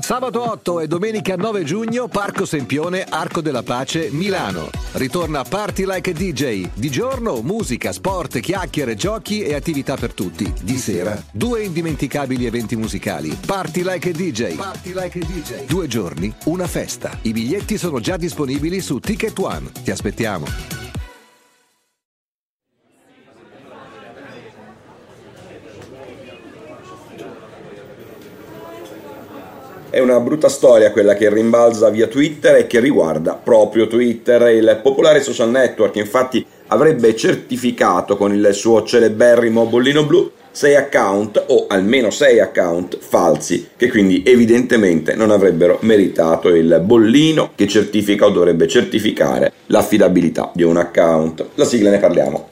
Sabato 8 e domenica 9 giugno, Parco Sempione, Arco della Pace, Milano. Ritorna Party Like a DJ. Di giorno, musica, sport, chiacchiere, giochi e attività per tutti. Di sera, 2 indimenticabili eventi musicali. Party Like a DJ. Party Like a DJ. 2 giorni, una festa. I biglietti sono già disponibili su Ticket One. Ti aspettiamo. È una brutta storia quella che rimbalza via Twitter e che riguarda proprio Twitter. Il popolare social network infatti avrebbe certificato con il suo celeberrimo bollino blu 6 account, o almeno 6 account falsi, che quindi evidentemente non avrebbero meritato il bollino che certifica o dovrebbe certificare l'affidabilità di un account. La sigla, ne parliamo.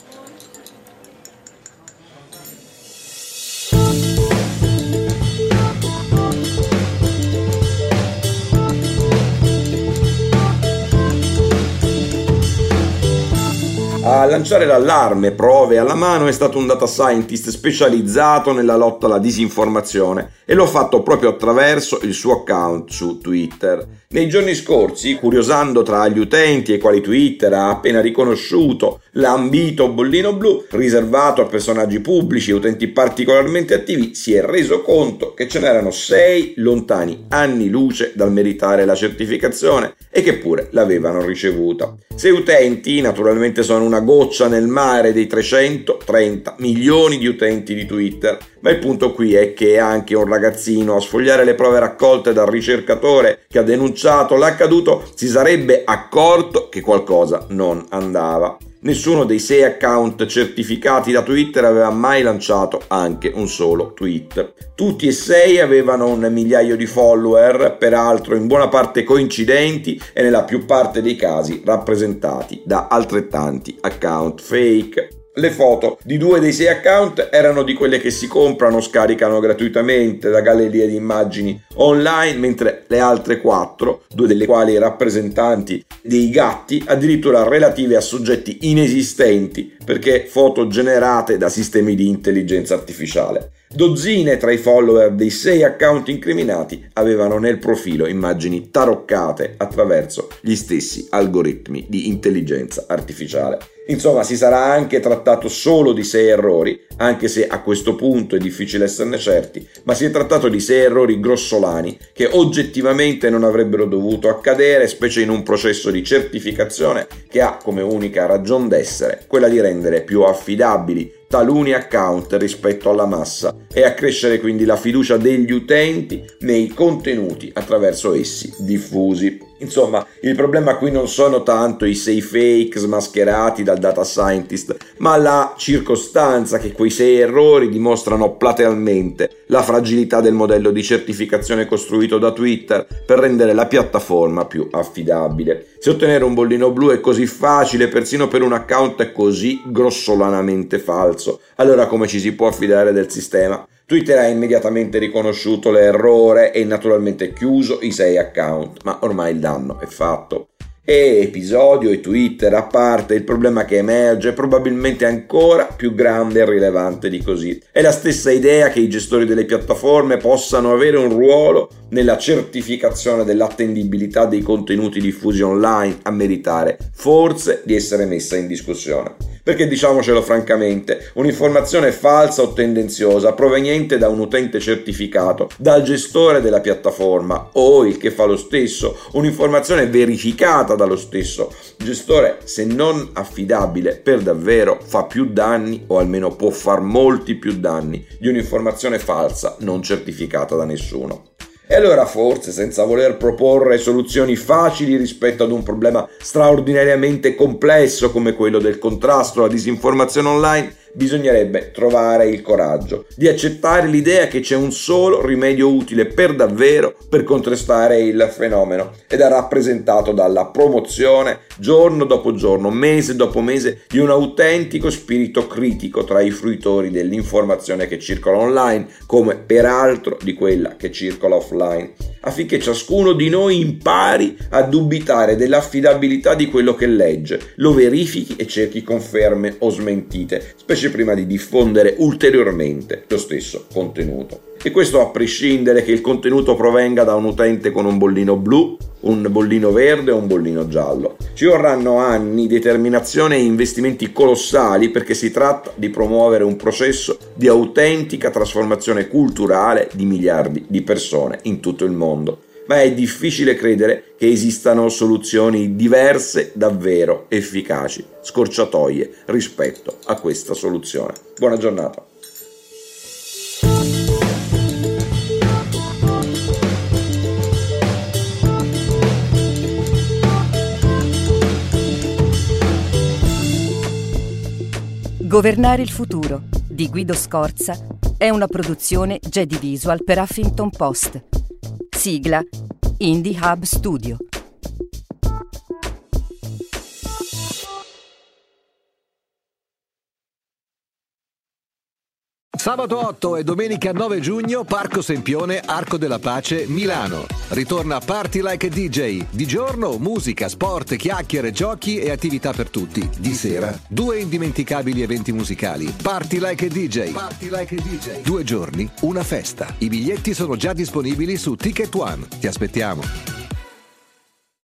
A lanciare l'allarme, prove alla mano, è stato un data scientist specializzato nella lotta alla disinformazione e lo ha fatto proprio attraverso il suo account su Twitter. Nei giorni scorsi, curiosando tra gli utenti ai quali Twitter ha appena riconosciuto l'ambito bollino blu riservato a personaggi pubblici e utenti particolarmente attivi, si è reso conto che ce n'erano 6 lontani anni luce dal meritare la certificazione e che pure l'avevano ricevuta. 6 utenti naturalmente sono una goccia nel mare dei 330 milioni di utenti di Twitter, ma il punto qui è che anche un ragazzino a sfogliare le prove raccolte dal ricercatore che ha denunciato l'accaduto si sarebbe accorto che qualcosa non andava. Nessuno dei 6 account certificati da Twitter aveva mai lanciato anche un solo tweet. Tutti e 6 avevano un migliaio di follower, peraltro in buona parte coincidenti e nella più parte dei casi rappresentati da altrettanti account fake. Le foto di 2 dei 6 account erano di quelle che si comprano o scaricano gratuitamente da gallerie di immagini online, mentre le altre 4, 2 delle quali rappresentanti dei gatti, addirittura relative a soggetti inesistenti, perché foto generate da sistemi di intelligenza artificiale. Dozzine tra i follower dei 6 account incriminati avevano nel profilo immagini taroccate attraverso gli stessi algoritmi di intelligenza artificiale. Insomma, si sarà anche trattato solo di 6 errori, anche se a questo punto è difficile esserne certi, ma si è trattato di 6 errori grossolani che oggettivamente non avrebbero dovuto accadere, specie in un processo di certificazione che ha come unica ragion d'essere quella di rendere più affidabili taluni account rispetto alla massa e accrescere quindi la fiducia degli utenti nei contenuti attraverso essi diffusi. Insomma, il problema qui non sono tanto i 6 fake smascherati dal data scientist, ma la circostanza che quei 6 errori dimostrano platealmente la fragilità del modello di certificazione costruito da Twitter per rendere la piattaforma più affidabile. Se ottenere un bollino blu è così facile, persino per un account così grossolanamente falso, allora come ci si può affidare del sistema? Twitter ha immediatamente riconosciuto l'errore e naturalmente chiuso i 6 account, ma ormai il danno è fatto. E episodio e Twitter a parte, il problema che emerge è probabilmente ancora più grande e rilevante di così. È la stessa idea che i gestori delle piattaforme possano avere un ruolo nella certificazione dell'attendibilità dei contenuti diffusi online a meritare forse di essere messa in discussione. Perché diciamocelo francamente, un'informazione falsa o tendenziosa proveniente da un utente certificato, dal gestore della piattaforma o, il che fa lo stesso, un'informazione verificata dallo stesso gestore, se non affidabile per davvero, fa più danni o almeno può far molti più danni di un'informazione falsa non certificata da nessuno. E allora forse, senza voler proporre soluzioni facili rispetto ad un problema straordinariamente complesso come quello del contrasto alla disinformazione online, bisognerebbe trovare il coraggio di accettare l'idea che c'è un solo rimedio utile per davvero per contrastare il fenomeno, ed è rappresentato dalla promozione giorno dopo giorno, mese dopo mese, di un autentico spirito critico tra i fruitori dell'informazione che circola online, come peraltro di quella che circola offline, affinché ciascuno di noi impari a dubitare dell'affidabilità di quello che legge, lo verifichi e cerchi conferme o smentite, specie prima di diffondere ulteriormente lo stesso contenuto. E questo a prescindere che il contenuto provenga da un utente con un bollino blu, un bollino verde o un bollino giallo. Ci vorranno anni, determinazione e investimenti colossali perché si tratta di promuovere un processo di autentica trasformazione culturale di miliardi di persone in tutto il mondo. Ma è difficile credere che esistano soluzioni diverse davvero efficaci, scorciatoie rispetto a questa soluzione. Buona giornata. Governare il futuro di Guido Scorza è una produzione Jedi Visual per Huffington Post. Sigla Indie Hub Studio. Sabato 8 e domenica 9 giugno, Parco Sempione, Arco della Pace, Milano. Ritorna Party Like a DJ. Di giorno, musica, sport, chiacchiere, giochi e attività per tutti. Di sera, 2 indimenticabili eventi musicali. Party Like a DJ. Party Like a DJ. 2 giorni, una festa. I biglietti sono già disponibili su Ticket One. Ti aspettiamo.